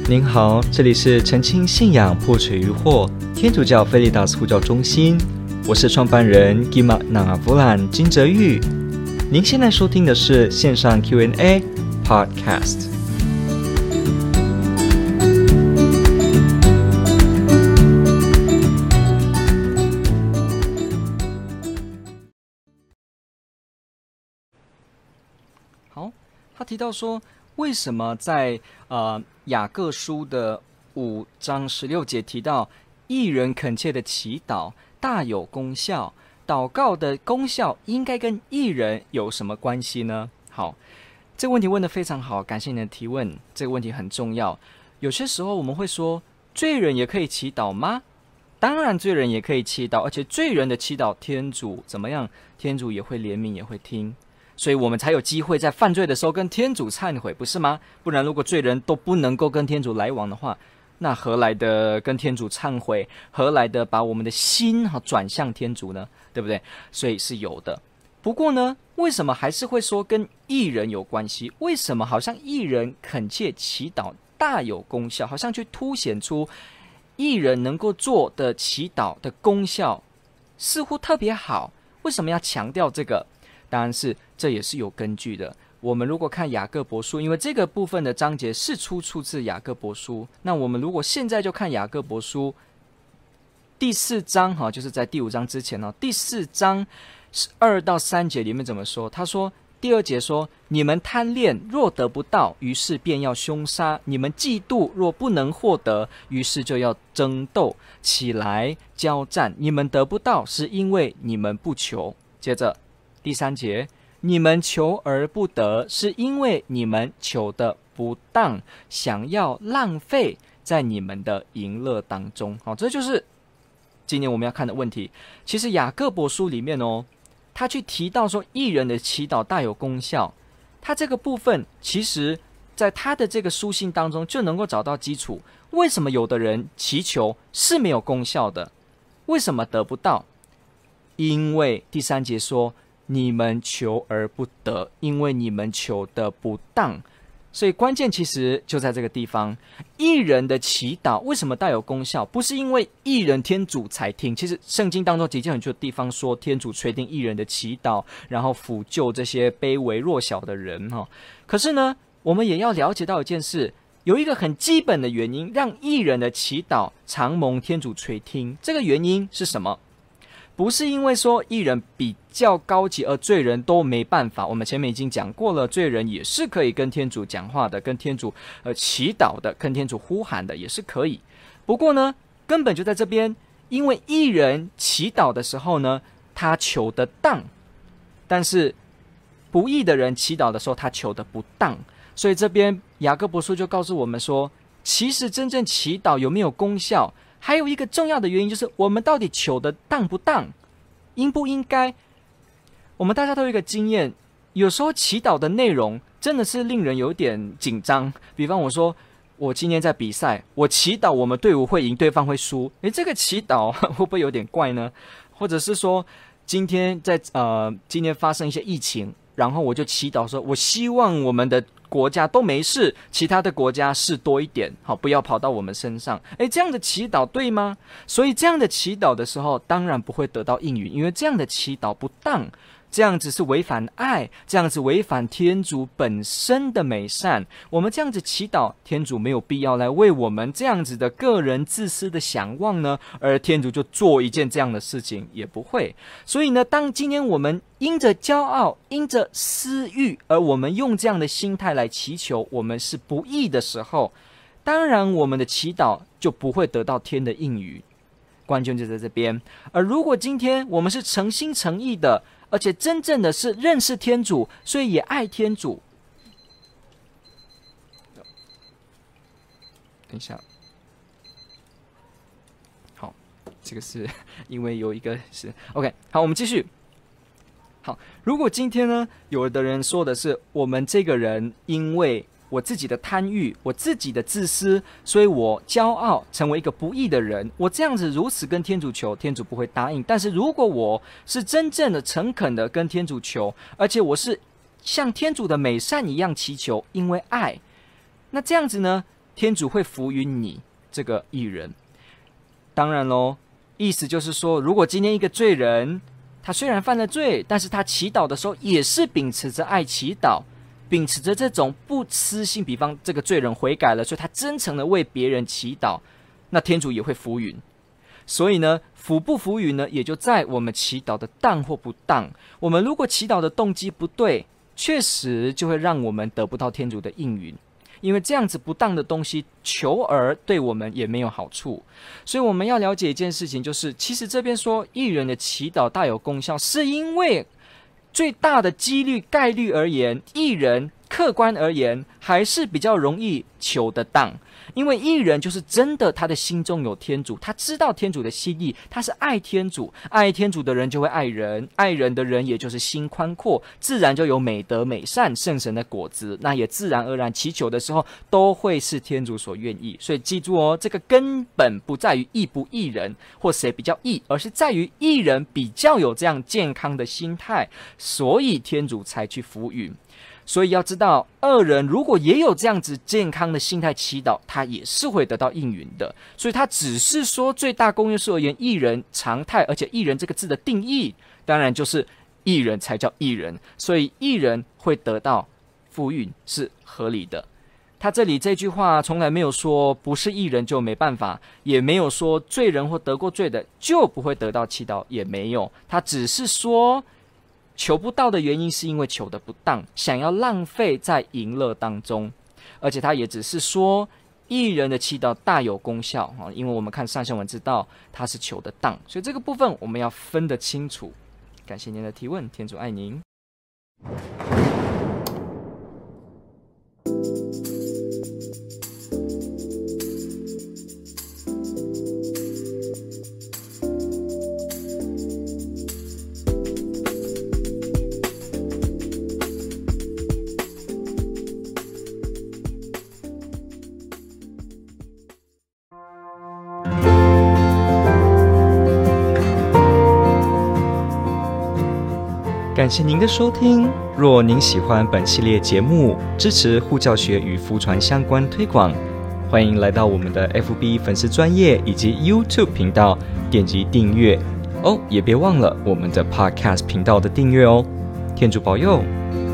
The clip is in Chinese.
您好，这里是澄清信仰破除疑惑天主教菲利达斯呼叫中心，我是创办人 Gima Nangavulan 金哲玉。您现在收听的是线上 Q&A Podcast。好，他提到说，为什么在雅各书的5章16节提到义人恳切的祈祷大有功效，祷告的功效应该跟义人有什么关系呢？好，这个问题问得非常好，感谢你的提问，这个问题很重要。有些时候我们会说，罪人也可以祈祷吗？当然罪人也可以祈祷，而且罪人的祈祷天主怎么样？天主也会怜悯，也会听，所以我们才有机会在犯罪的时候跟天主忏悔，不是吗？不然如果罪人都不能够跟天主来往的话，那何来的跟天主忏悔？何来的把我们的心转向天主呢？对不对？所以是有的。不过呢，为什么还是会说跟义人有关系？为什么好像义人恳切祈祷大有功效，好像去凸显出义人能够做的祈祷的功效似乎特别好？为什么要强调这个？当然是这也是有根据的。我们如果看雅各伯书，因为这个部分的章节是出自雅各伯书，那我们如果现在就看雅各伯书第4章，就是在第5章之前，第4章2到3节里面怎么说？他说第2节说，你们贪恋若得不到，于是便要凶杀；你们嫉妒若不能获得，于是就要争斗起来交战。你们得不到，是因为你们不求。接着第3节，你们求而不得，是因为你们求的不当，想要浪费在你们的淫乐当中。好，这就是今天我们要看的问题。其实雅各伯书里面他去提到说义人的祈祷大有功效，他这个部分其实在他的这个书信当中就能够找到基础。为什么有的人祈求是没有功效的？为什么得不到？因为第3节说，你们求而不得，因为你们求的不当。所以关键其实就在这个地方。义人的祈祷为什么大有功效？不是因为义人天主才听，其实圣经当中的确很多地方说天主垂听义人的祈祷，然后抚救这些卑微弱小的人。可是呢，我们也要了解到一件事，有一个很基本的原因让义人的祈祷常蒙天主垂听。这个原因是什么？不是因为说义人比较高级而罪人都没办法，我们前面已经讲过了，罪人也是可以跟天主讲话的，跟天主祈祷的，跟天主呼喊的，也是可以。不过呢，根本就在这边，因为义人祈祷的时候呢，他求得当，但是不义的人祈祷的时候，他求得不当。所以这边雅各伯书就告诉我们说，其实真正祈祷有没有功效，还有一个重要的原因，就是我们到底求的当不当，应不应该。我们大家都有一个经验，有时候祈祷的内容真的是令人有点紧张。比方我说，我今天在比赛，我祈祷我们队伍会赢，对方会输，这个祈祷会不会有点怪呢？或者是说，今天发生一些疫情，然后我就祈祷说，我希望我们的国家都没事，其他的国家事多一点，好，不要跑到我们身上。这样的祈祷对吗？所以这样的祈祷的时候，当然不会得到应允，因为这样的祈祷不当，这样子是违反爱，这样子违反天主本身的美善。我们这样子祈祷，天主没有必要来为我们这样子的个人自私的想望呢，而天主就做一件这样的事情，也不会。所以呢，当今天我们因着骄傲，因着私欲，而我们用这样的心态来祈求我们是不义的时候，当然我们的祈祷就不会得到天的应允。关键就在这边。而如果今天我们是诚心诚意的，而且真正的是认识天主，所以也爱天主。等一下，好，这个是因为有一个是 OK， 好，我们继续。好，如果今天呢，有的人说的是我们这个人因为我自己的贪欲，我自己的自私，所以我骄傲，成为一个不义的人。我这样子如此跟天主求，天主不会答应。但是如果我是真正的诚恳的跟天主求，而且我是像天主的美善一样祈求，因为爱，那这样子呢， 天主会服于你这个义人。当然咯，意思就是说，如果今天一个罪人，他虽然犯了罪，但是他祈祷的时候也是秉持着爱祈祷，秉持着这种不私心，比方这个罪人悔改了，所以他真诚的为别人祈祷，那天主也会服允。所以呢，服不服允呢，也就在我们祈祷的当或不当。我们如果祈祷的动机不对，确实就会让我们得不到天主的应允，因为这样子不当的东西求而对我们也没有好处。所以我们要了解一件事情，就是其实这边说义人的祈祷大有功效，是因为最大的几率概率而言，义人客观而言还是比较容易求得当。因为义人就是真的他的心中有天主，他知道天主的心意，他是爱天主，爱天主的人就会爱人，爱人的人也就是心宽阔，自然就有美德美善圣神的果子，那也自然而然祈求的时候都会是天主所愿意。所以记住哦，这个根本不在于义不义人或谁比较义，而是在于义人比较有这样健康的心态，所以天主才去服允。所以要知道，恶人如果也有这样子健康的心态祈祷，他也是会得到应允的。所以他只是说最大公约数而言，义人常态，而且义人这个字的定义当然就是义人才叫义人，所以义人会得到福允是合理的。他这里这句话从来没有说不是义人就没办法，也没有说罪人或得过罪的就不会得到祈祷，也没有，他只是说求不到的原因是因为求的不当，想要浪费在淫乐当中。而且他也只是说义人的祈祷大有功效，因为我们看上下文知道他是求的当，所以这个部分我们要分得清楚。感谢您的提问，天主爱您。感谢您的收听。若您喜欢本系列节目，支持护教学与福传相关推广，欢迎来到我们的 FB 粉丝专页以及 YouTube 频道，点击订阅哦，也别忘了我们的 Podcast 频道的订阅哦。天主保佑。